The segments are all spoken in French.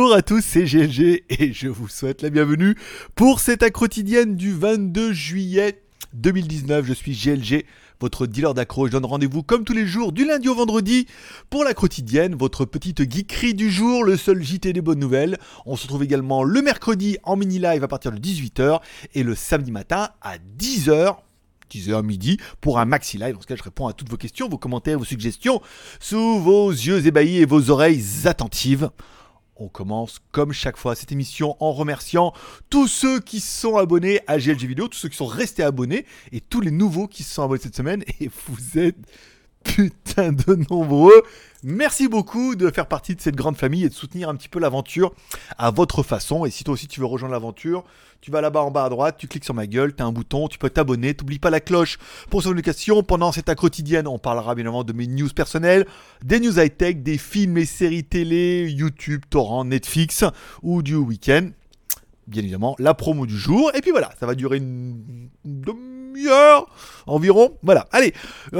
Bonjour à tous, c'est GLG et je vous souhaite la bienvenue pour cette accro quotidienne du 22 juillet 2019. Je suis GLG, votre dealer d'accro. Je donne rendez-vous comme tous les jours du lundi au vendredi pour la quotidienne, votre petite geekerie du jour, le seul JT des bonnes nouvelles. On se retrouve également le mercredi en mini-live à partir de 18h et le samedi matin à 10h. 10h midi pour un maxi live. Dans ce cas, je réponds à toutes vos questions, vos commentaires, vos suggestions sous vos yeux ébahis et vos oreilles attentives. On commence comme chaque fois cette émission en remerciant tous ceux qui sont abonnés à GLG Vidéo, tous ceux qui sont restés abonnés et tous les nouveaux qui se sont abonnés cette semaine. Et vous êtes putain de nombreux. Merci beaucoup de faire partie de cette grande famille et de soutenir un petit peu l'aventure à votre façon. Et si toi aussi tu veux rejoindre l'aventure, tu vas là-bas en bas à droite, tu cliques sur ma gueule, tu as un bouton, tu peux t'abonner. T'oublies pas la cloche pour son notification. Pendant cette accro quotidienne, on parlera bien évidemment de mes news personnelles, des news high-tech, des films et séries télé, YouTube, torrent, Netflix ou du week-end. Bien évidemment, la promo du jour. Et puis voilà, ça va durer une demi-heure environ. Voilà, allez,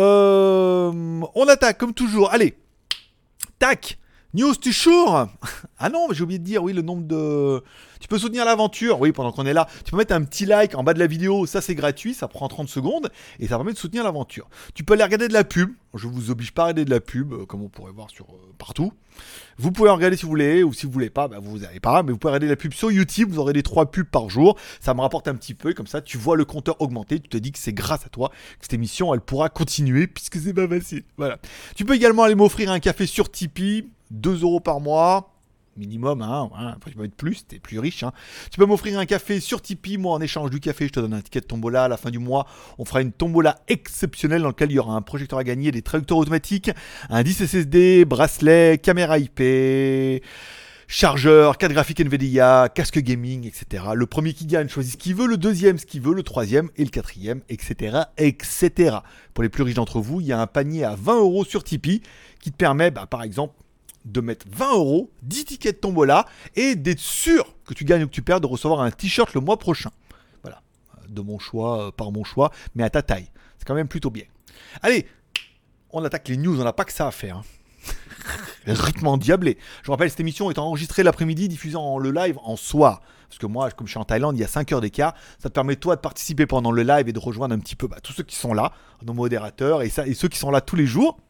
on attaque comme toujours. Allez, tac, news du jour. Ah non, j'ai oublié de dire, oui, le nombre de... Tu peux soutenir l'aventure, oui, pendant qu'on est là. Tu peux mettre un petit like en bas de la vidéo, ça c'est gratuit, ça prend 30 secondes et ça permet de soutenir l'aventure. Tu peux aller regarder de la pub, je vous oblige pas à regarder de la pub, comme on pourrait voir sur partout. Vous pouvez en regarder si vous voulez, ou si vous voulez pas, bah vous n'avez pas, mais vous pouvez regarder de la pub sur YouTube, vous aurez des 3 pubs par jour, ça me rapporte un petit peu, et comme ça tu vois le compteur augmenter, tu te dis que c'est grâce à toi que cette émission elle pourra continuer, puisque c'est pas facile. Voilà. Tu peux également aller m'offrir un café sur Tipeee, 2€ par mois. Minimum, hein, après tu peux mettre plus, t'es plus riche, hein. Tu peux m'offrir un café sur Tipeee, moi en échange du café, je te donne un ticket de tombola, à la fin du mois, on fera une tombola exceptionnelle dans laquelle il y aura un projecteur à gagner, des traducteurs automatiques, un 10 SSD, bracelet, caméra IP, chargeur, carte graphique Nvidia, casque gaming, etc. Le premier qui gagne choisit ce qu'il veut, le deuxième ce qu'il veut, le troisième et le quatrième, etc., etc. Pour les plus riches d'entre vous, il y a un panier à 20€ sur Tipeee qui te permet, par exemple, de mettre 20€, 10 tickets de tombola et d'être sûr que tu gagnes ou que tu perds de recevoir un t-shirt le mois prochain. Voilà, de mon choix, par mon choix, mais à ta taille. C'est quand même plutôt bien. Allez, on attaque les news, on n'a pas que ça à faire. Hein. Le rythme endiablé. Je vous rappelle, cette émission est enregistrée l'après-midi, diffusant le live en soir. Parce que moi, comme je suis en Thaïlande, il y a 5 heures d'écart. Ça te permet, toi, de participer pendant le live et de rejoindre un petit peu tous ceux qui sont là, nos modérateurs, et ceux qui sont là tous les jours.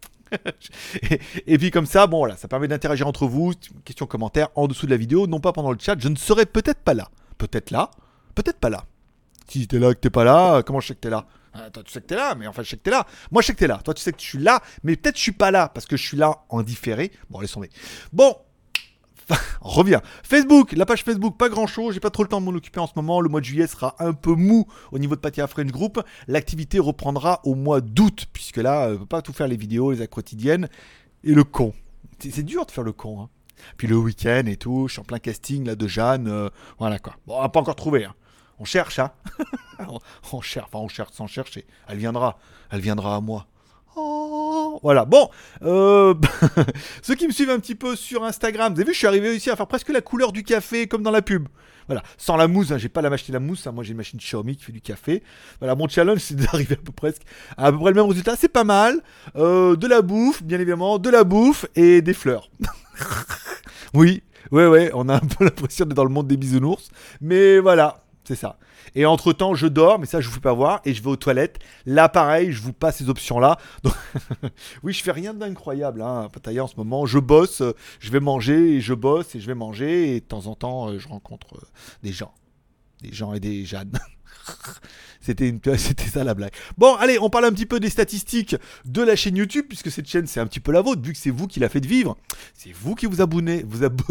et puis comme ça, bon voilà, ça permet d'interagir entre vous, questions, commentaires en dessous de la vidéo, non pas pendant le chat. Je ne serai peut-être pas là, peut-être là, peut-être pas là. Si t'es là, que t'es pas là, comment je sais que t'es là? Toi tu sais que t'es là, mais enfin je sais que t'es là. Moi je sais que t'es là, toi tu sais que je suis là, mais peut-être je suis pas là parce que je suis là en différé. Bon, laisse tomber. Bon, on revient. Facebook, la page Facebook, pas grand chose, j'ai pas trop le temps de m'en occuper en ce moment. Le mois de juillet sera un peu mou au niveau de Pattaya French Group. L'activité reprendra au mois d'août, puisque là, on peut pas tout faire, les vidéos, les quotidiennes. Et le con. C'est dur de faire le con, hein. Puis le week-end et tout, je suis en plein casting là de Jeanne. Voilà quoi. Bon, on n'a pas encore trouvé, hein. On cherche, hein. on cherche sans chercher. Elle viendra à moi. Oh, voilà, bon, ceux qui me suivent un petit peu sur Instagram, vous avez vu, je suis arrivé ici à faire presque la couleur du café comme dans la pub. Voilà, sans la mousse, hein, j'ai pas la machine à mousse, hein, moi j'ai une machine Xiaomi qui fait du café. Voilà, mon challenge c'est d'arriver à peu près le même résultat, c'est pas mal. De la bouffe, bien évidemment, de la bouffe et des fleurs. Oui, ouais, on a un peu l'impression d'être dans le monde des bisounours, mais voilà, c'est ça. Et entre temps, je dors, mais ça, je vous fais pas voir. Et je vais aux toilettes. Là, pareil, je vous passe ces options-là. Donc, oui, je fais rien d'incroyable, hein, à Pattaya en ce moment. Je bosse, je vais manger, et je bosse, et je vais manger. Et de temps en temps, je rencontre des gens et des Jeanne. C'était ça la blague. Bon, allez, on parle un petit peu des statistiques de la chaîne YouTube, puisque cette chaîne, c'est un petit peu la vôtre, vu que c'est vous qui la faites vivre. C'est vous qui vous abonnez.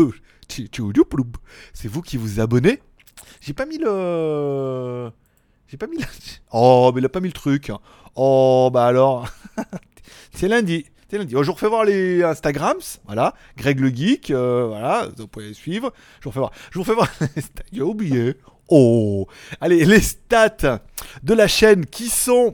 C'est vous qui vous abonnez. J'ai pas mis le... Oh, mais il a pas mis le truc. Oh, bah alors... C'est lundi. Oh, je vous refais voir les Instagrams. Voilà. Greg le Geek. Voilà. Vous pouvez les suivre. Je vous refais voir... J'ai oublié. Oh. Allez, les stats de la chaîne qui sont...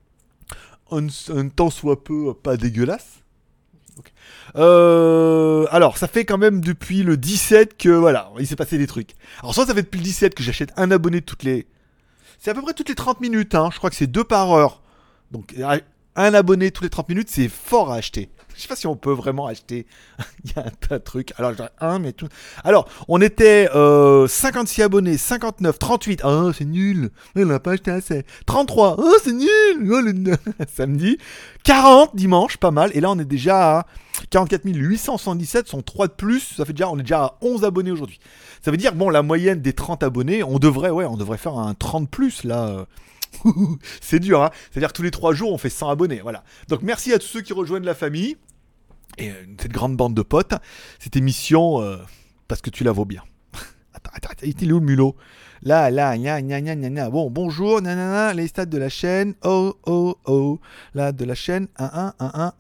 un tant soit peu pas dégueulasses. Okay. Alors, ça fait quand même depuis le 17 que, voilà, il s'est passé des trucs. Alors, soit ça fait depuis le 17 que j'achète un abonné toutes les... C'est à peu près toutes les 30 minutes, hein. Je crois que c'est 2 par heure. Donc, un abonné toutes les 30 minutes, c'est fort à acheter. Je sais pas si on peut vraiment acheter. Il y a un tas de trucs. Alors, j'en ai un, mais tout. Alors, on était 56 abonnés, 59, 38. Oh, c'est nul. On n'a pas acheté assez. 33. Oh, c'est nul. Oh, samedi. 40 dimanche, pas mal. Et là, on est déjà à 44 877, sont 3 de plus. Ça fait déjà, on est déjà à 11 abonnés aujourd'hui. Ça veut dire, bon, la moyenne des 30 abonnés, on devrait faire un 30 plus là. C'est dur, hein. C'est-à-dire que tous les 3 jours, on fait 100 abonnés. Voilà. Donc, merci à tous ceux qui rejoignent la famille. Et cette grande bande de potes, cette émission, parce que tu la vaux bien. Attends, il est où le mulot? Là, gna. Bon, bonjour, nanana, les stats de la chaîne, là, de la chaîne, 1.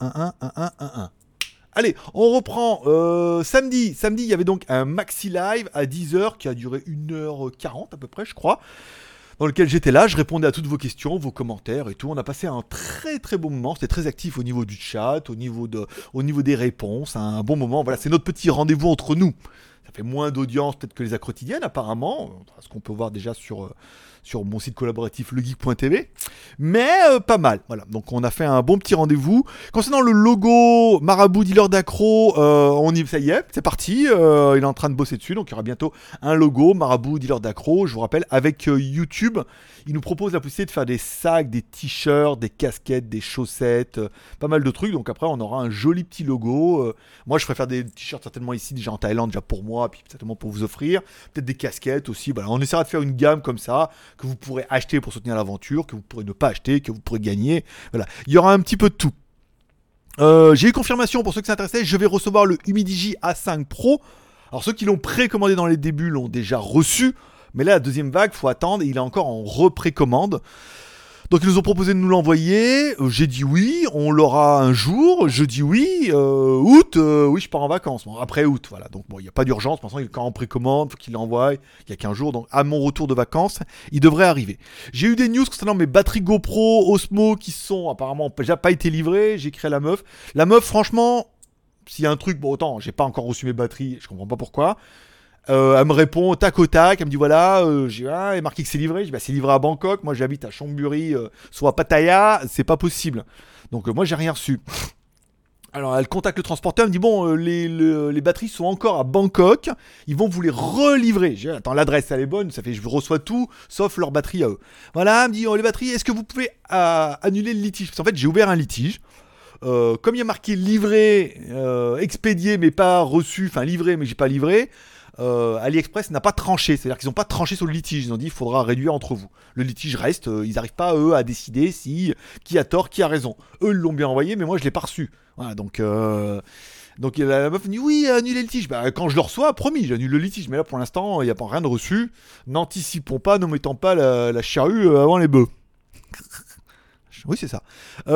Allez, on reprend samedi. Samedi, il y avait donc un maxi live à 10h qui a duré 1h40 à peu près, je crois, dans lequel j'étais là, je répondais à toutes vos questions, vos commentaires et tout. On a passé un très très bon moment, c'était très actif au niveau du chat, au niveau des réponses, un bon moment. Voilà, c'est notre petit rendez-vous entre nous. Ça fait moins d'audience peut-être que les Accrotidiennes apparemment, ce qu'on peut voir déjà sur mon site collaboratif legeek.tv, mais pas mal. Voilà, donc on a fait un bon petit rendez-vous. Concernant le logo Marabout Dealer d'Accro, ça y est, c'est parti. Il est en train de bosser dessus, donc il y aura bientôt un logo Marabout Dealer d'Accro. Je vous rappelle, avec YouTube, il nous propose la possibilité de faire des sacs, des t-shirts, des casquettes, des chaussettes, pas mal de trucs. Donc après, on aura un joli petit logo. Moi, je préfère des t-shirts certainement ici, déjà en Thaïlande, déjà pour moi, puis certainement pour vous offrir. Peut-être des casquettes aussi. Voilà, on essaiera de faire une gamme comme ça, que vous pourrez acheter pour soutenir l'aventure, que vous pourrez ne pas acheter, que vous pourrez gagner. Voilà, il y aura un petit peu de tout. J'ai eu confirmation pour ceux qui s'intéressaient, je vais recevoir le Humidigi A5 Pro. Alors ceux qui l'ont précommandé dans les débuts l'ont déjà reçu, mais là la deuxième vague, faut attendre et il est encore en reprécommande. Donc ils nous ont proposé de nous l'envoyer, j'ai dit oui, on l'aura un jour, je dis oui, août, oui je pars en vacances, bon, après août, voilà, donc bon il n'y a pas d'urgence, pour l'instant il est encore en précommande, faut qu'il l'envoie, il y a 15 jours, donc à mon retour de vacances, il devrait arriver. J'ai eu des news concernant mes batteries GoPro Osmo qui sont apparemment déjà pas été livrées, j'ai écrit à la meuf, franchement, s'il y a un truc, bon autant, j'ai pas encore reçu mes batteries, je comprends pas pourquoi. Elle me répond tac au tac, elle me dit voilà, il est marqué que c'est livré, je dis bah c'est livré à Bangkok, moi j'habite à Chonburi, soit à Pattaya, c'est pas possible. Donc moi j'ai rien reçu. Alors elle contacte le transporteur, elle me dit bon les batteries sont encore à Bangkok, ils vont vous les relivrer. J'ai dit, attends, l'adresse elle est bonne, ça fait je reçois tout sauf leur batterie à eux. Voilà, elle me dit les batteries, est-ce que vous pouvez annuler le litige? Parce qu'en fait j'ai ouvert un litige. Comme il y a marqué livré, expédié mais pas reçu, enfin livré mais j'ai pas livré, AliExpress n'a pas tranché, c'est-à-dire qu'ils n'ont pas tranché sur le litige, ils ont dit il faudra réduire entre vous. Le litige reste, ils n'arrivent pas eux à décider qui a tort, qui a raison. Eux ils l'ont bien envoyé mais moi je l'ai pas reçu. Voilà, donc la meuf me dit oui, annuler le litige. Bah, quand je le reçois, promis, j'annule le litige, mais là pour l'instant il n'y a pas rien de reçu. N'anticipons pas, ne mettons pas la charrue avant les bœufs. Oui, c'est ça.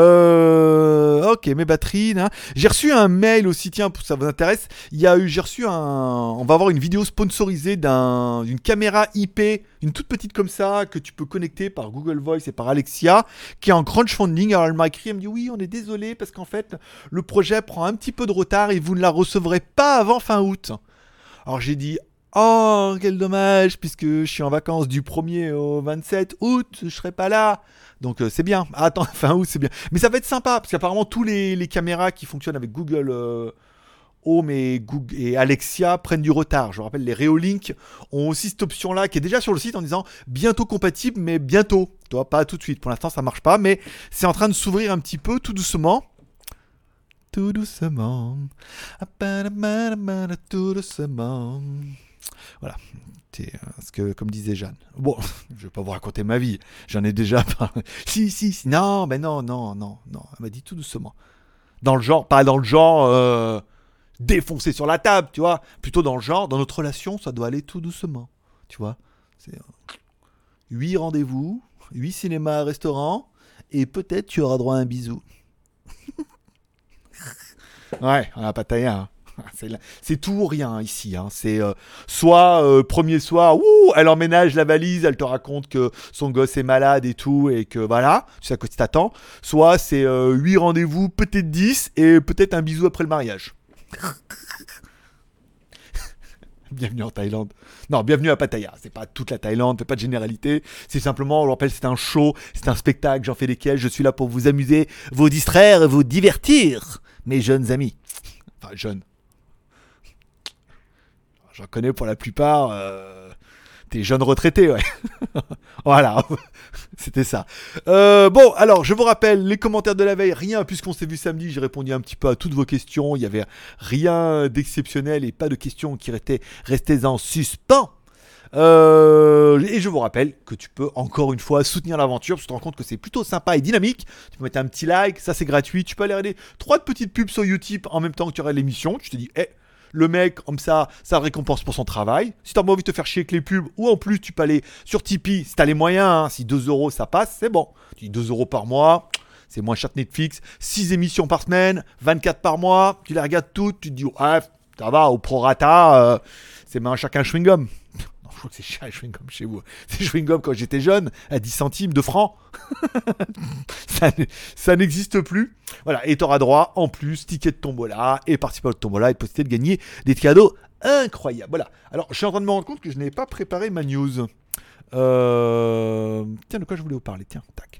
Ok, mes batteries. Hein. J'ai reçu un mail aussi, tiens, pour ça vous intéresse. J'ai reçu on va avoir une vidéo sponsorisée d'une caméra IP, une toute petite comme ça, que tu peux connecter par Google Voice et par Alexia, qui est en crowdfunding. Alors elle m'a écrit, elle me dit oui, on est désolé parce qu'en fait, le projet prend un petit peu de retard et vous ne la recevrez pas avant fin août. Alors j'ai dit, oh, quel dommage, puisque je suis en vacances du 1er au 27 août, je serai pas là. Donc c'est bien. Attends, fin août, c'est bien. Mais ça va être sympa, parce qu'apparemment, tous les caméras qui fonctionnent avec Google Home et Alexia prennent du retard. Je vous rappelle, les Reolink ont aussi cette option-là, qui est déjà sur le site en disant bientôt compatible, mais bientôt. Toi, pas tout de suite. Pour l'instant, ça marche pas, mais c'est en train de s'ouvrir un petit peu, tout doucement. Tout doucement. Tout doucement. Voilà. Ce que, comme disait Jeanne. Bon, je vais pas vous raconter ma vie. J'en ai déjà parlé. Si. Non, mais non. Elle m'a dit tout doucement. Dans le genre, pas dans le genre défoncer sur la table, tu vois. Plutôt dans le genre, dans notre relation, ça doit aller tout doucement. Tu vois. C'est 8 rendez-vous, 8 cinémas, restaurants, et peut-être tu auras droit à un bisou. Ouais, on n'a pas taillé, hein. C'est tout ou rien ici. Hein. C'est soit premier soir, elle emménage la valise, elle te raconte que son gosse est malade et tout, et que voilà, tu sais à quoi tu t'attends. Soit c'est 8 rendez-vous, peut-être 10, et peut-être un bisou après le mariage. Bienvenue en Thaïlande. Non, bienvenue à Pattaya. C'est pas toute la Thaïlande, fait pas de généralité. C'est simplement, on le rappelle, c'est un show, c'est un spectacle, j'en fais des caisses, je suis là pour vous amuser, vous distraire, vous divertir. mes jeunes amis. Enfin, jeunes. J'en connais pour la plupart. T'es jeune retraité, ouais. Voilà, c'était ça. Bon, alors, je vous rappelle, les commentaires de la veille, rien, puisqu'on s'est vu samedi, j'ai répondu un petit peu à toutes vos questions. Il n'y avait rien d'exceptionnel et pas de questions qui restaient en suspens. Et je vous rappelle que tu peux encore une fois soutenir l'aventure, parce que tu te rends compte que c'est plutôt sympa et dynamique. Tu peux mettre un petit like, ça c'est gratuit. Tu peux aller regarder 3 petites pubs sur YouTube en même temps que tu regardes l'émission. Tu te dis, le mec, comme ça récompense pour son travail. Si t'as pas envie de te faire chier avec les pubs, ou en plus tu peux aller sur Tipeee, si t'as les moyens, hein, si 2€ ça passe, c'est bon. Tu dis 2€ par mois, c'est moins cher que Netflix. 6 émissions par semaine, 24 par mois, tu les regardes toutes, tu te dis, ouais, ça va, au prorata, c'est main chacun chewing-gum. Je crois que c'est cher les chewing-gum chez vous. C'est chewing-gum quand j'étais jeune, à 10 centimes de francs. ça n'existe plus. Voilà, et tu auras droit en plus, ticket de tombola, et participer au tombola, et possibilité de gagner des cadeaux incroyables. Voilà, alors je suis en train de me rendre compte que je n'avais pas préparé ma news. Tiens, de quoi je voulais vous parler? Tiens, tac.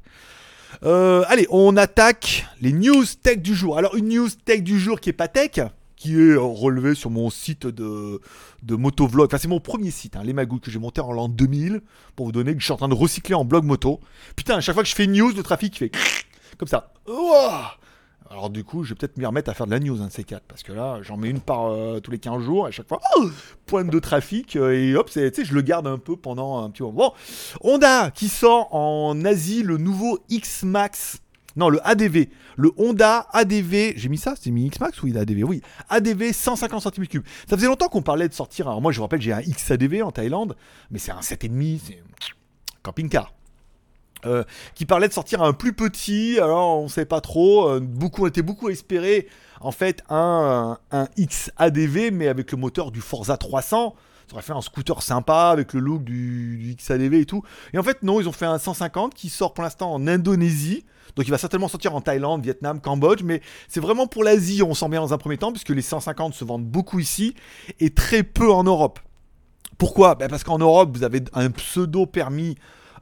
Allez, on attaque les news tech du jour. Alors, une news tech du jour qui est pas tech, qui est relevé sur mon site de motovlog. Enfin, c'est mon premier site, hein, les magouilles, que j'ai monté en l'an 2000, pour vous donner que je suis en train de recycler en blog moto. Putain, à chaque fois que je fais une news, le trafic fait comme ça. Ouah. Alors du coup, je vais peut-être m'y remettre à faire de la news, un de ces 4, parce que là, j'en mets une par tous les 15 jours, à chaque fois, pointe de trafic, et hop, je le garde un peu pendant un petit moment. Bon, Honda qui sort en Asie le nouveau X-Max. Non, le ADV. Le Honda ADV. J'ai mis ça? C'est mis X-Max ou il a ADV? Oui. ADV 150 cm3. Ça faisait longtemps qu'on parlait de sortir. Alors moi, je vous rappelle, j'ai un XADV en Thaïlande. Mais c'est un 7,5. C'est camping-car. Qui parlait de sortir un plus petit. Alors, on ne sait pas trop. On était beaucoup espéré. En fait, un XADV, mais avec le moteur du Forza 300. Ça aurait fait un scooter sympa avec le look du XADV et tout. Et en fait, non, ils ont fait un 150 qui sort pour l'instant en Indonésie. Donc il va certainement sortir en Thaïlande, Vietnam, Cambodge, mais c'est vraiment pour l'Asie, on s'en met dans un premier temps, puisque les 150 se vendent beaucoup ici et très peu en Europe. Pourquoi? Parce qu'en Europe, vous avez un pseudo permis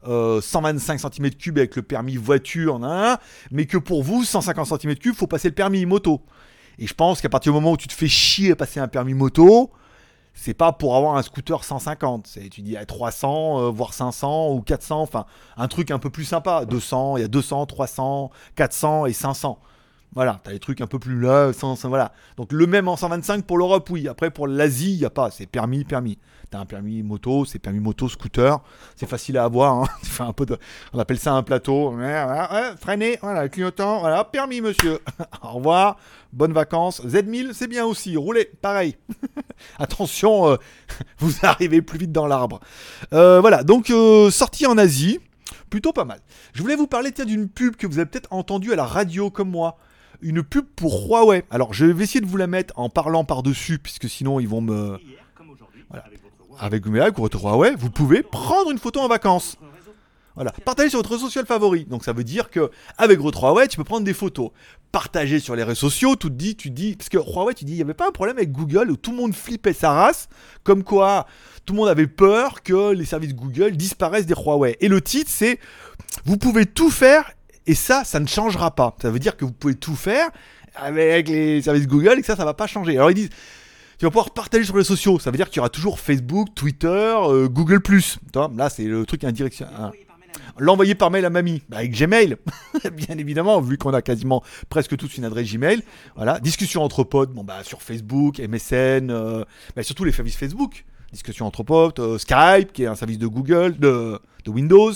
125 cm3 avec le permis voiture, mais que pour vous, 150 cm3, il faut passer le permis moto. Et je pense qu'à partir du moment où tu te fais chier à passer un permis moto, c'est pas pour avoir un scooter 150, tu dis à 300, voire 500 ou 400, enfin un truc un peu plus sympa, 200, il y a 200, 300, 400 et 500. Voilà, t'as des trucs un peu plus là, 100, voilà. Donc le même en 125 pour l'Europe, oui. Après pour l'Asie, il n'y a pas, c'est permis. T'as un permis moto, c'est permis moto, scooter, c'est facile à avoir, hein. Enfin, un peu on appelle ça un plateau. Freiner, voilà, clignotant, voilà, permis monsieur. Au revoir, bonnes vacances. Z1000, c'est bien aussi, roulez, pareil. Attention, vous arrivez plus vite dans l'arbre. Voilà, donc sortie en Asie, plutôt pas mal. Je voulais vous parler d'une pub que vous avez peut-être entendue à la radio comme moi. Une pub pour Huawei. Alors, je vais essayer de vous la mettre en parlant par-dessus, puisque sinon ils vont me... Voilà. Avec votre Huawei, vous pouvez prendre une photo en vacances. Voilà, partagez sur votre réseau social favori. Donc ça veut dire que avec votre Huawei, tu peux prendre des photos. Partager sur les réseaux sociaux, tu dis, parce que Huawei, tu dis, il n'y avait pas un problème avec Google où tout le monde flippait sa race, comme quoi tout le monde avait peur que les services Google disparaissent des Huawei. Et le titre, c'est, vous pouvez tout faire et ça ne changera pas. Ça veut dire que vous pouvez tout faire avec les services Google et que ça va pas changer. Alors ils disent, tu vas pouvoir partager sur les réseaux sociaux. Ça veut dire qu'il y aura toujours Facebook, Twitter, Google+. Là, c'est le truc indirection. L'envoyer par mail à mamie, avec Gmail, bien évidemment, vu qu'on a quasiment presque tous une adresse Gmail. Voilà, discussion entre potes, sur Facebook, MSN, surtout les services Facebook. Discussion entre potes, Skype, qui est un service de Google, de Windows,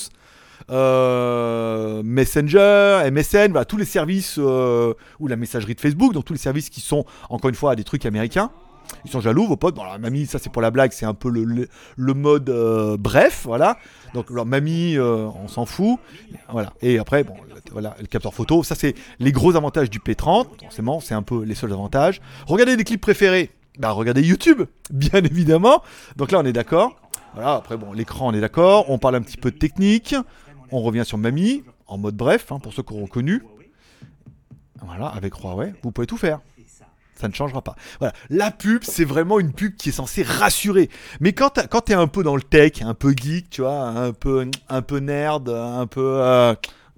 Messenger, MSN, voilà, tous les services, ou la messagerie de Facebook, donc tous les services qui sont, encore une fois, des trucs américains. Ils sont jaloux, vos potes. Bon, la mamie, ça c'est pour la blague, c'est un peu le mode bref, voilà. Donc, alors, mamie, on s'en fout. Voilà. Et après, bon, voilà, le capteur photo, ça c'est les gros avantages du P30. Forcément, c'est un peu les seuls avantages. Regardez des clips préférés. Regardez YouTube, bien évidemment. Donc là, on est d'accord. Voilà, après, bon, l'écran, on est d'accord. On parle un petit peu de technique. On revient sur mamie, en mode bref, pour ceux qui auront connu. Voilà, avec Huawei, vous pouvez tout faire. Ça ne changera pas. Voilà. La pub, c'est vraiment une pub qui est censée rassurer. Mais quand t'es un peu dans le tech, un peu geek, tu vois, un peu nerd, un peu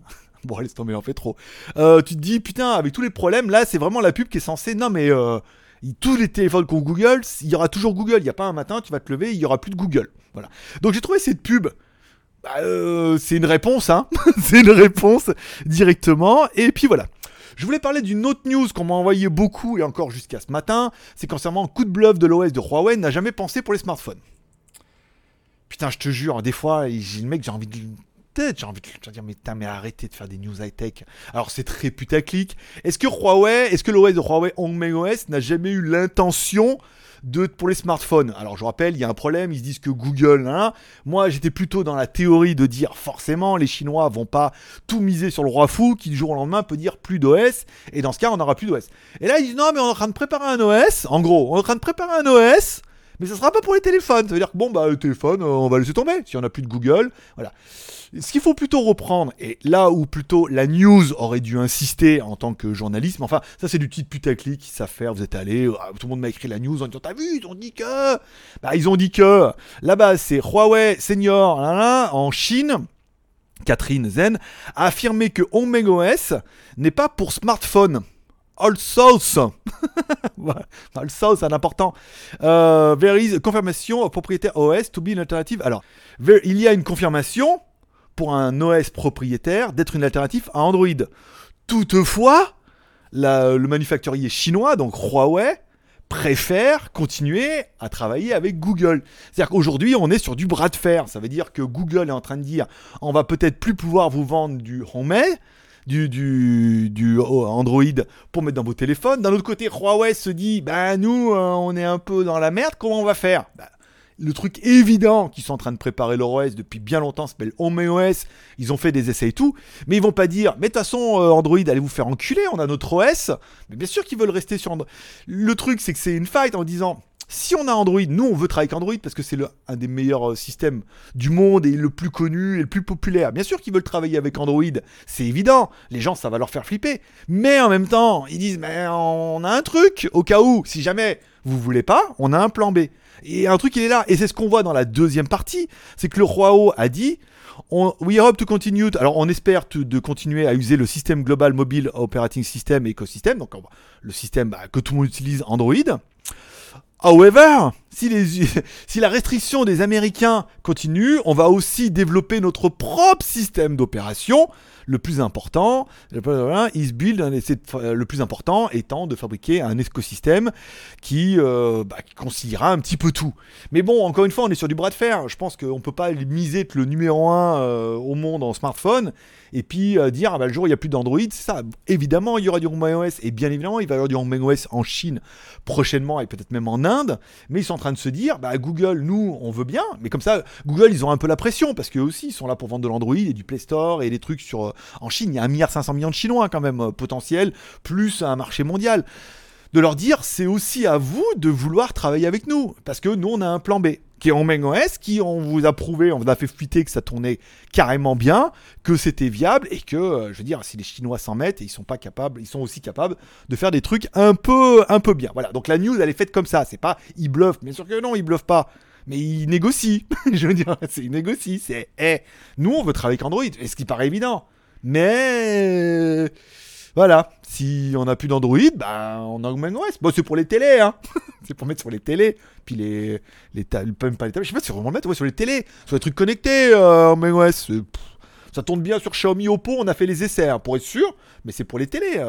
Bon, laisse tomber, on fait trop. Tu te dis, putain, avec tous les problèmes, là, c'est vraiment la pub qui est censée... Non, mais tous les téléphones qui ont Google, il y aura toujours Google. Il n'y a pas un matin, tu vas te lever, il n'y aura plus de Google. Voilà. Donc j'ai trouvé cette pub... c'est une réponse, hein. C'est une réponse directement. Et puis voilà. Je voulais parler d'une autre news qu'on m'a envoyé beaucoup et encore jusqu'à ce matin. C'est concernant un coup de bluff de l'OS de Huawei n'a jamais pensé pour les smartphones. Putain, je te jure, des fois, j'ai le mec, j'ai envie de dire, mais arrêtez de faire des news high-tech. Alors, c'est très putaclic. Est-ce que l'OS de Huawei HongMeng n'a jamais eu l'intention pour les smartphones? Alors, je rappelle, il y a un problème, ils se disent que Google, hein. Moi, j'étais plutôt dans la théorie de dire, forcément, les Chinois vont pas tout miser sur le roi fou, qui du jour au lendemain peut dire plus d'OS, et dans ce cas, on n'aura plus d'OS. Et là, ils disent, non, mais on est en train de préparer un OS, en gros, on est en train de préparer un OS, mais ça sera pas pour les téléphones. Ça veut dire que bon, bah, le téléphone, on va laisser tomber. Si on n'a plus de Google, voilà. Ce qu'il faut plutôt reprendre, et là où plutôt la news aurait dû insister en tant que journaliste, mais enfin, ça c'est du petit putaclic qu'ils savent faire. Vous êtes allés, tout le monde m'a écrit la news en disant, t'as vu, ils ont dit que. Bah, ils ont dit que. Là-bas, c'est Huawei Senior, en Chine. Catherine Zen a affirmé que HongMeng OS n'est pas pour smartphone. All South. All South, c'est important. There is a confirmation of propriétaire OS to be an alternative. Alors, il y a une confirmation pour un OS propriétaire d'être une alternative à Android. Toutefois, le manufacturier chinois, donc Huawei, préfère continuer à travailler avec Google. C'est-à-dire qu'aujourd'hui, on est sur du bras de fer. Ça veut dire que Google est en train de dire, on va peut-être plus pouvoir vous vendre du HongMeng, du Android pour mettre dans vos téléphones. D'un autre côté, Huawei se dit, bah nous, on est un peu dans la merde, comment on va faire? Le truc évident qu'ils sont en train de préparer leur OS depuis bien longtemps s'appelle HongMeng OS. Ils ont fait des essais et tout, mais ils vont pas dire, mais de toute façon, Android, allez vous faire enculer, on a notre OS. Mais bien sûr qu'ils veulent rester sur Android. Le truc, c'est que c'est une fight en disant, si on a Android, nous on veut travailler avec Android parce que c'est un des meilleurs systèmes du monde et le plus connu et le plus populaire. Bien sûr qu'ils veulent travailler avec Android, c'est évident. Les gens, ça va leur faire flipper. Mais en même temps, ils disent, mais on a un truc au cas où, si jamais vous voulez pas, on a un plan B. Et un truc, il est là. Et c'est ce qu'on voit dans la deuxième partie, c'est que le Huawei a dit, we hope to continue. Alors on espère de continuer à user le système global mobile operating system et écosystème, donc le système que tout le monde utilise, Android. However, si la restriction des Américains continue, on va aussi développer notre propre système d'opération. Le plus important, is build, le plus important étant de fabriquer un écosystème qui conciliera un petit peu tout. Mais bon, encore une fois, on est sur du bras de fer. Je pense qu'on ne peut pas miser être le numéro 1 au monde en smartphone et puis dire le jour où il n'y a plus d'Android, c'est ça. Évidemment, il y aura du HongMeng OS et bien évidemment, il va y avoir du HongMeng OS en Chine prochainement et peut-être même en Inde. Mais ils sont en train de se dire, Google, nous, on veut bien. Mais comme ça, Google, ils ont un peu la pression parce qu'eux aussi, ils sont là pour vendre de l'Android et du Play Store et des trucs sur... En Chine, il y a 1,5 milliard de Chinois quand même potentiel, plus un marché mondial. De leur dire, c'est aussi à vous de vouloir travailler avec nous. Parce que nous, on a un plan B, qui est HongMeng OS, qui on vous a prouvé, on vous a fait fuiter que ça tournait carrément bien, que c'était viable, et que, je veux dire, si les Chinois s'en mettent, ils sont aussi capables de faire des trucs un peu bien. Voilà, donc la news, elle est faite comme ça. C'est pas, ils bluffent, bien sûr que non, ils bluffent pas. Mais ils négocient. Je veux dire, ils négocient. C'est, nous, on veut travailler avec Android, et ce qui paraît évident. Mais voilà, si on n'a plus d'Android, on a HongMeng OS. Bon, c'est pour les télés, hein. C'est pour mettre sur les télés. Puis même pas les tablettes. Je sais pas si on va mettre sur les télés, sur les trucs connectés, HongMeng OS. Ça tourne bien sur Xiaomi, Oppo. On a fait les essais pour être sûr, mais c'est pour les télés.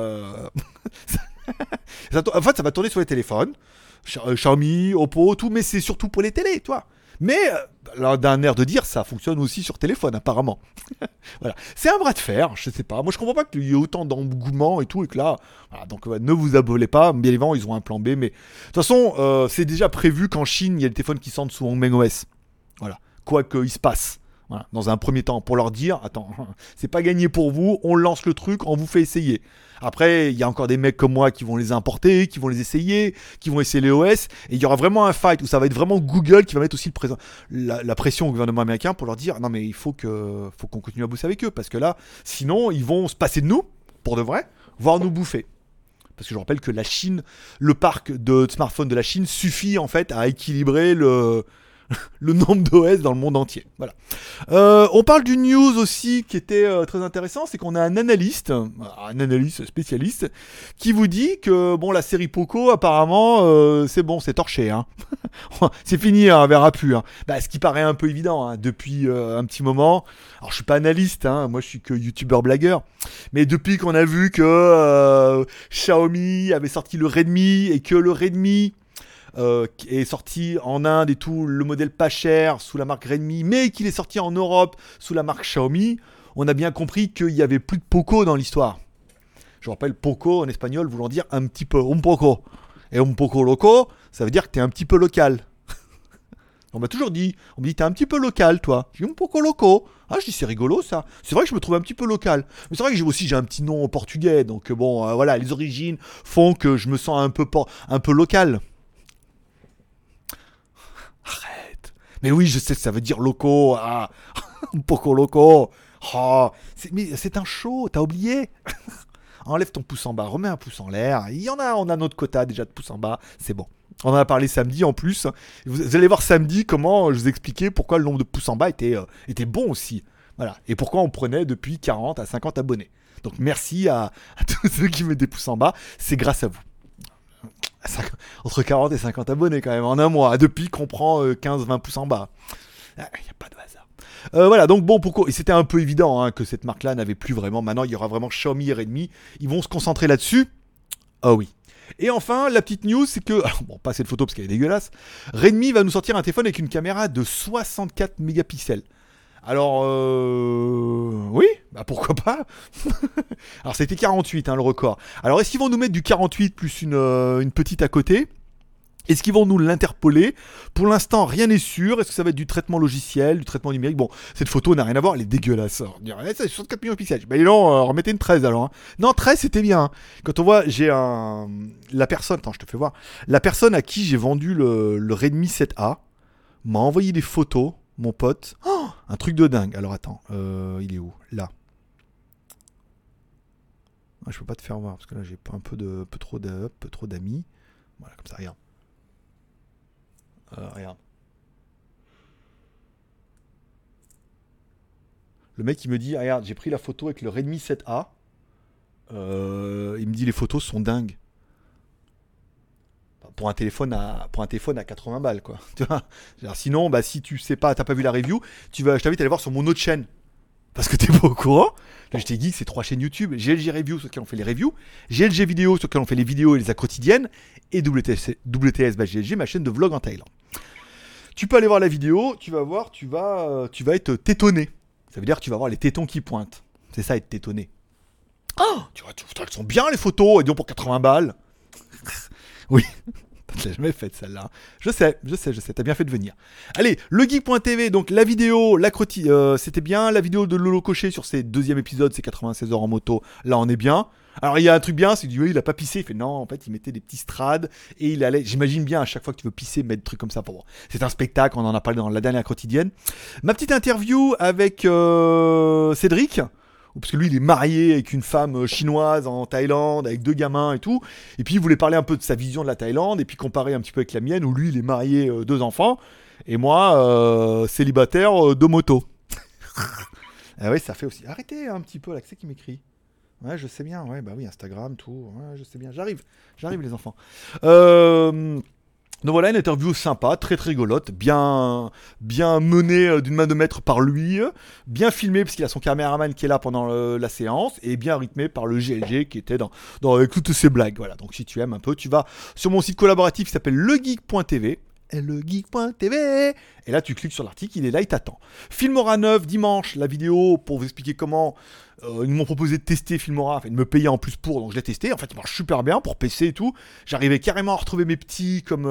En fait, ça va tourner sur les téléphones, Xiaomi, Oppo, tout, mais c'est surtout pour les télés, toi. Mais d'un air de dire, ça fonctionne aussi sur téléphone, apparemment. Voilà. C'est un bras de fer, je sais pas. Moi, je comprends pas qu'il y ait autant d'engouement et tout, et que là, voilà, donc ne vous abonnez pas. Bien évidemment, ils ont un plan B, mais de toute façon, c'est déjà prévu qu'en Chine, il y a des téléphones qui sortent sous HongMeng OS. Voilà. Quoi qu'il se passe. Voilà. Dans un premier temps, pour leur dire, attends, c'est pas gagné pour vous, on lance le truc, on vous fait essayer. Après, il y a encore des mecs comme moi qui vont les importer, qui vont les essayer, qui vont essayer les OS. Et il y aura vraiment un fight où ça va être vraiment Google qui va mettre aussi la pression au gouvernement américain pour leur dire non mais il faut qu'on continue à bosser avec eux. Parce que là, sinon, ils vont se passer de nous, pour de vrai, voire nous bouffer. Parce que je rappelle que la Chine, le parc de smartphones de la Chine suffit en fait à équilibrer le nombre d'OS dans le monde entier. Voilà. On parle d'une news aussi qui était très intéressant, c'est qu'on a un analyste spécialiste, qui vous dit que bon, la série Poco, apparemment, c'est bon, c'est torché. Hein. C'est fini, hein, on verra plus. Hein. Bah, ce qui paraît un peu évident hein, depuis un petit moment. Alors, je suis pas analyste, hein, moi je suis que youtubeur blagueur. Mais depuis qu'on a vu que Xiaomi avait sorti le Redmi et que le Redmi est sorti en Inde et tout, le modèle pas cher sous la marque Redmi, mais qu'il est sorti en Europe sous la marque Xiaomi, on a bien compris qu'il n'y avait plus de Poco dans l'histoire. Je rappelle Poco en espagnol voulant dire un petit peu, un poco. Et un poco loco, ça veut dire que t'es un petit peu local. On m'a toujours dit, on me dit t'es un petit peu local toi. Je dis un poco loco. Ah je dis c'est rigolo ça. C'est vrai que je me trouve un petit peu local. Mais c'est vrai que j'ai un petit nom portugais, donc bon voilà, les origines font que je me sens un peu local. Arrête. Mais oui, je sais, ça veut dire loco. Ah, un poco loco. Oh, mais c'est un show, t'as oublié. Enlève ton pouce en bas, remets un pouce en l'air. On a notre quota déjà de pouces en bas, c'est bon. On en a parlé samedi en plus. Vous allez voir samedi comment je vous expliquais pourquoi le nombre de pouces en bas était bon aussi. Voilà. Et pourquoi on prenait depuis 40 à 50 abonnés. Donc merci à tous ceux qui mettent des pouces en bas, c'est grâce à vous. Entre 40 et 50 abonnés quand même en un mois, depuis qu'on prend 15-20 pouces en bas. Il n'y a pas de hasard. Voilà, donc bon, pourquoi. Et c'était un peu évident hein, que cette marque-là n'avait plus vraiment. Maintenant, il y aura vraiment Xiaomi et Redmi. Ils vont se concentrer là-dessus. Ah oui. Et enfin, la petite news, c'est que. Alors, bon, pas cette photo parce qu'elle est dégueulasse. Redmi va nous sortir un téléphone avec une caméra de 64 mégapixels. Alors, oui, bah pourquoi pas. Alors, c'était 48, hein, le record. Alors, est-ce qu'ils vont nous mettre du 48 plus une petite à côté ? Est-ce qu'ils vont nous l'interpoler ? Pour l'instant, rien n'est sûr. Est-ce que ça va être du traitement logiciel, du traitement numérique ? Bon, cette photo n'a rien à voir, elle est dégueulasse. On dirait, c'est 64 millions de pixels. Ben non, remettez une 13 alors. Hein. Non, 13 c'était bien. Hein. Quand on voit, la personne, attends, je te fais voir. La personne à qui j'ai vendu le Redmi 7A m'a envoyé des photos, mon pote. Oh, un truc de dingue. Alors attends, il est où ? Là. Ah, je peux pas te faire voir parce que là j'ai un peu trop d'amis. Voilà, comme ça, regarde. Regarde. Le mec il me dit, regarde, j'ai pris la photo avec le Redmi 7A. Il me dit les photos sont dingues. Pour un téléphone à 80 balles quoi. Tu vois. Sinon, bah si tu sais pas, t'as pas vu la review, je t'invite à aller voir sur mon autre chaîne. Parce que t'es pas au courant. Là, je t'ai dit que c'est 3 chaînes YouTube. GLG Review sur lesquelles on fait les reviews. GLG Vidéo sur lesquelles on fait les vidéos et les actes quotidiennes. Et WTS by GLG, ma chaîne de vlog en Thaïlande. Tu peux aller voir la vidéo, tu vas voir, tu vas être tétonné. Ça veut dire que tu vas voir les tétons qui pointent. C'est ça, être tétonné. Oh, tu vois, elles sont bien les photos, et disons pour 80 balles. Oui. Je l'ai jamais faite celle-là. Je sais, t'as bien fait de venir. Allez, legeek.tv, donc la vidéo, c'était bien. La vidéo de Lolo Cochet sur ses 2e épisodes, c'est 96 heures en moto. Là, on est bien. Alors, il y a un truc bien, c'est que oui, il a pas pissé. Il fait non, en fait, il mettait des petits strades et il allait. J'imagine bien à chaque fois que tu veux pisser, mettre des trucs comme ça pour voir. C'est un spectacle, on en a parlé dans la dernière quotidienne. Ma petite interview avec Cédric. Parce que lui il est marié avec une femme chinoise en Thaïlande avec 2 gamins et tout, et puis il voulait parler un peu de sa vision de la Thaïlande et puis comparer un petit peu avec la mienne où lui il est marié 2 enfants et moi célibataire 2 motos. Ah ouais, ça fait aussi. Arrêtez un petit peu là, c'est qui m'écrit. Ouais, je sais bien, ouais, bah oui, Instagram, tout, ouais, je sais bien, j'arrive les enfants. Donc voilà, une interview sympa, très très rigolote, bien menée d'une main de maître par lui, bien filmée parce qu'il a son caméraman qui est là pendant la séance, et bien rythmée par le GLG qui était avec toutes ses blagues. Voilà, donc si tu aimes un peu, tu vas sur mon site collaboratif qui s'appelle legeek.tv. legeek.tv et là tu cliques sur l'article, il est là, il t'attend. Filmora 9 dimanche, la vidéo pour vous expliquer comment ils m'ont proposé de tester Filmora, enfin de me payer en plus pour, donc je l'ai testé, en fait il marche super bien pour PC et tout, j'arrivais carrément à retrouver mes petits comme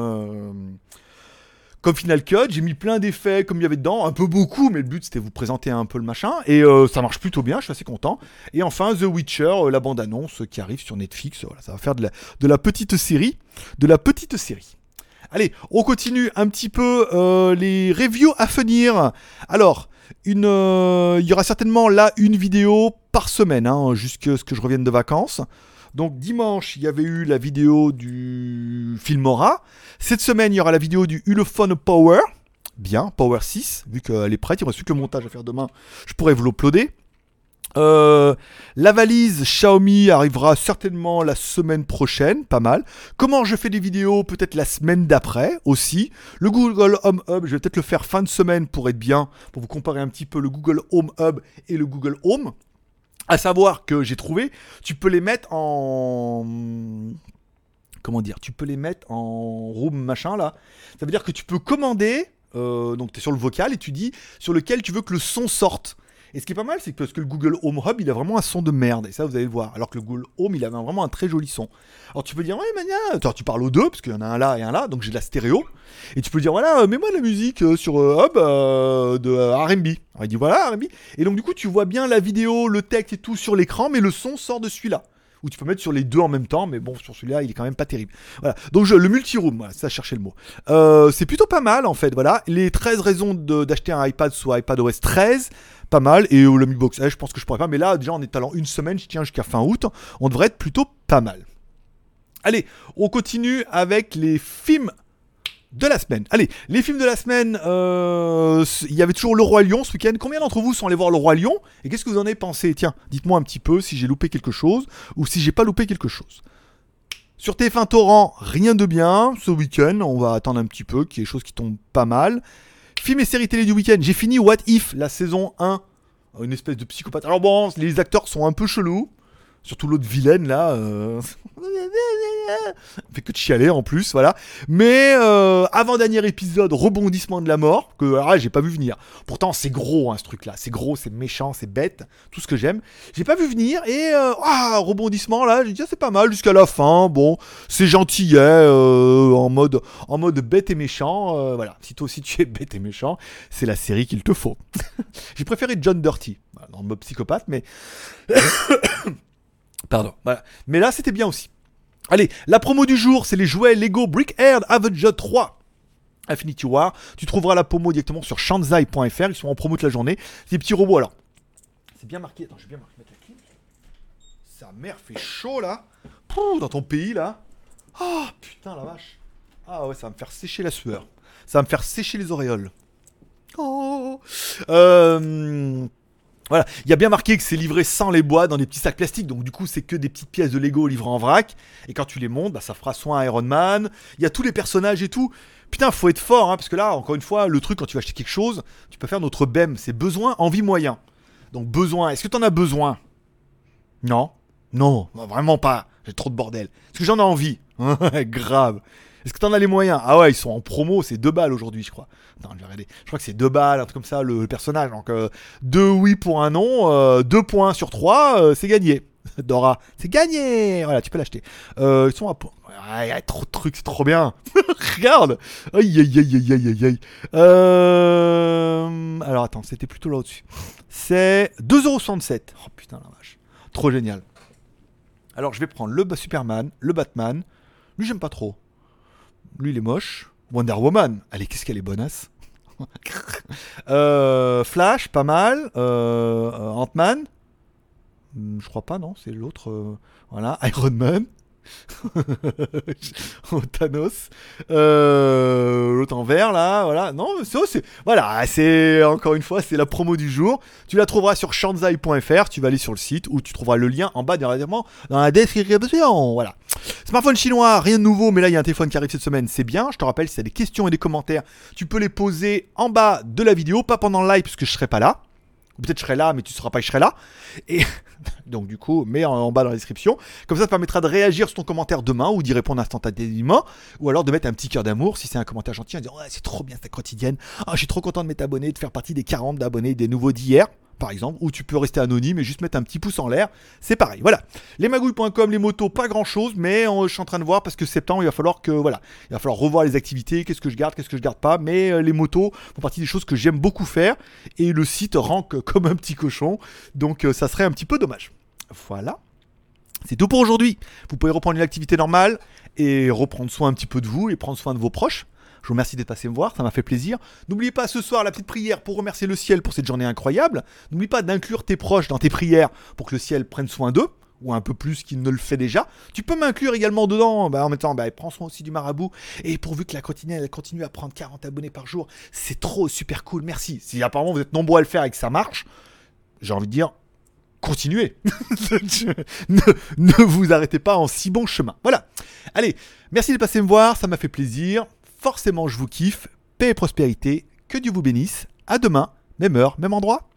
Final Cut, j'ai mis plein d'effets comme il y avait dedans, un peu beaucoup, mais le but c'était de vous présenter un peu le machin, et ça marche plutôt bien, je suis assez content. Et enfin The Witcher, la bande-annonce qui arrive sur Netflix, voilà, ça va faire de la petite série, Allez, on continue un petit peu les reviews à venir. Alors, il y aura certainement là une vidéo par semaine, hein, jusqu'à ce que je revienne de vacances. Donc dimanche, il y avait eu la vidéo du Filmora. Cette semaine, il y aura la vidéo du Ulefone Power. bien, Power 6, vu qu'elle est prête, il me reste plus que le montage à faire demain, je pourrais vous l'uploader. La valise Xiaomi arrivera certainement la semaine prochaine, pas mal. Comment je fais des vidéos, peut-être la semaine d'après aussi. Le Google Home Hub, je vais peut-être le faire fin de semaine pour être bien, pour vous comparer un petit peu le Google Home Hub et le Google Home. À savoir que j'ai trouvé, tu peux les mettre en... Comment dire, tu peux les mettre en room machin là. Ça veut dire que tu peux commander, donc tu es sur le vocal et tu dis sur lequel tu veux que le son sorte. Et ce qui est pas mal, c'est que parce que le Google Home Hub, il a vraiment un son de merde. Et ça, vous allez le voir. Alors que le Google Home, il avait vraiment un très joli son. Alors tu peux dire, ouais, mania. Alors tu parles aux deux, parce qu'il y en a un là et un là. Donc j'ai de la stéréo. Et tu peux dire, voilà, mets-moi de la musique sur Hub de R&B. Alors il dit, voilà, R&B. Et donc du coup, tu vois bien la vidéo, le texte et tout sur l'écran, mais le son sort de celui-là. Ou tu peux mettre sur les deux en même temps, mais bon, sur celui-là, il est quand même pas terrible. Voilà. Donc le multi-room, voilà, ça chercher le mot. C'est plutôt pas mal en fait, voilà. Les 13 raisons d'acheter un iPad sous iPadOS 13, pas mal. Et le Mi Box Edge, je pense que je pourrais pas. Mais là, déjà en étalant une semaine, je tiens jusqu'à fin août, on devrait être plutôt pas mal. Allez, on continue avec les films de la semaine. Allez, les films de la semaine, il y avait toujours Le Roi Lion ce week-end. Combien d'entre vous sont allés voir Le Roi Lion? Et qu'est-ce que vous en avez pensé? Tiens, dites-moi un petit peu si j'ai loupé quelque chose ou si j'ai pas loupé quelque chose. Sur TF1 Torrent, rien de bien. Ce week-end, on va attendre un petit peu, qu'il y ait des choses qui tombent pas mal. Films et séries télé du week-end, j'ai fini What If, la saison 1. Une espèce de psychopathe. Alors bon, les acteurs sont un peu chelous. Surtout l'autre vilaine là. Fait que de chialer en plus, voilà. Mais avant-dernier épisode, rebondissement de la mort, que alors là, j'ai pas vu venir. Pourtant, c'est gros hein, ce truc là. C'est gros, c'est méchant, c'est bête. Tout ce que j'aime. J'ai pas vu venir et rebondissement là, j'ai dit c'est pas mal jusqu'à la fin. Bon, c'est gentil en mode bête et méchant. Voilà. Si toi aussi tu es bête et méchant, c'est la série qu'il te faut. J'ai préféré John Dirty. Voilà, dans le mode psychopathe, mais. Pardon, voilà. Mais là, c'était bien aussi. Allez, la promo du jour, c'est les jouets Lego Brickhead Avenger 3 Infinity War. Tu trouveras la promo directement sur shanzai.fr. Ils sont en promo toute la journée. C'est des petits robots, alors. C'est bien marqué. Attends, je vais bien mettre la clé. Sa mère fait chaud, là. Pouh, dans ton pays, là. Oh, putain, la vache. Ah ouais, ça va me faire sécher la sueur. Ça va me faire sécher les auréoles. Oh. Voilà, il y a bien marqué que c'est livré sans les bois dans des petits sacs plastiques, donc du coup c'est que des petites pièces de Lego livrées en vrac, et quand tu les montes, bah, ça fera soin Iron Man, il y a tous les personnages et tout. Putain, faut être fort, hein, parce que là, encore une fois, le truc quand tu vas acheter quelque chose, tu peux faire notre BEM, c'est besoin, envie, moyen. Donc besoin, est-ce que t'en as besoin? Non, vraiment pas, j'ai trop de bordel. Est-ce que j'en ai envie? Grave. Est-ce que t'en as les moyens? Ah ouais, ils sont en promo, c'est 2 balles aujourd'hui, je crois. Attends, je vais regarder. Je crois que c'est 2 balles, un truc comme ça, le personnage. Donc 2 oui pour un non, 2 points sur 3, c'est gagné. Dora, c'est gagné. Voilà, tu peux l'acheter. Ils sont à point. Il y a trop de trucs, c'est trop bien. Regarde. Aïe, aïe, aïe, aïe, aïe, aïe. Alors attends, c'était plutôt là au-dessus. C'est 2,67€. Oh putain la vache. Trop génial. Alors je vais prendre le Superman, le Batman. Lui, j'aime pas trop. Lui, il est moche. Wonder Woman. Allez, qu'est-ce qu'elle est bonasse. Flash, pas mal. Ant-Man. Je crois pas, non. C'est l'autre. Voilà. Iron Man. Thanos. L'autre en vert, là. Voilà. Non, voilà. C'est, encore une fois, c'est la promo du jour. Tu la trouveras sur shanzai.fr. Tu vas aller sur le site où tu trouveras le lien en bas directement dans la description. Voilà. Smartphone chinois, rien de nouveau, mais là il y a un téléphone qui arrive cette semaine, c'est bien. Je te rappelle, si tu as des questions et des commentaires, tu peux les poser en bas de la vidéo, pas pendant le live parce que je serai pas là. Ou peut-être je serai là, mais tu seras pas, je serai là. Et donc du coup, mets en bas dans la description. Comme ça te permettra de réagir sur ton commentaire demain ou d'y répondre instantanément. Ou alors de mettre un petit cœur d'amour si c'est un commentaire gentil en disant ouais, c'est trop bien cette quotidienne. Oh, je suis trop content de m'être abonné, de faire partie des 40 d'abonnés des nouveaux d'hier. Par exemple, ou tu peux rester anonyme et juste mettre un petit pouce en l'air, c'est pareil, voilà. Lesmagouilles.com, les motos, pas grand chose, mais je suis en train de voir parce que septembre, il va falloir revoir les activités, qu'est-ce que je garde pas, mais les motos font partie des choses que j'aime beaucoup faire, et le site rank comme un petit cochon, donc ça serait un petit peu dommage. Voilà. C'est tout pour aujourd'hui. Vous pouvez reprendre une activité normale et reprendre soin un petit peu de vous et prendre soin de vos proches. Je vous remercie d'être passé me voir, ça m'a fait plaisir. N'oubliez pas ce soir la petite prière pour remercier le ciel pour cette journée incroyable. N'oublie pas d'inclure tes proches dans tes prières pour que le ciel prenne soin d'eux. ou un peu plus qui ne le fait déjà. Tu peux m'inclure également dedans, en mettant, prends soin aussi du marabout. Et pourvu que la quotidienne elle continue à prendre 40 abonnés par jour, c'est trop super cool, merci. Si apparemment vous êtes nombreux à le faire et que ça marche, j'ai envie de dire, continuez. ne vous arrêtez pas en si bon chemin. Voilà. Allez, merci de passer me voir, ça m'a fait plaisir. Forcément, je vous kiffe. Paix et prospérité. Que Dieu vous bénisse. À demain, même heure, même endroit.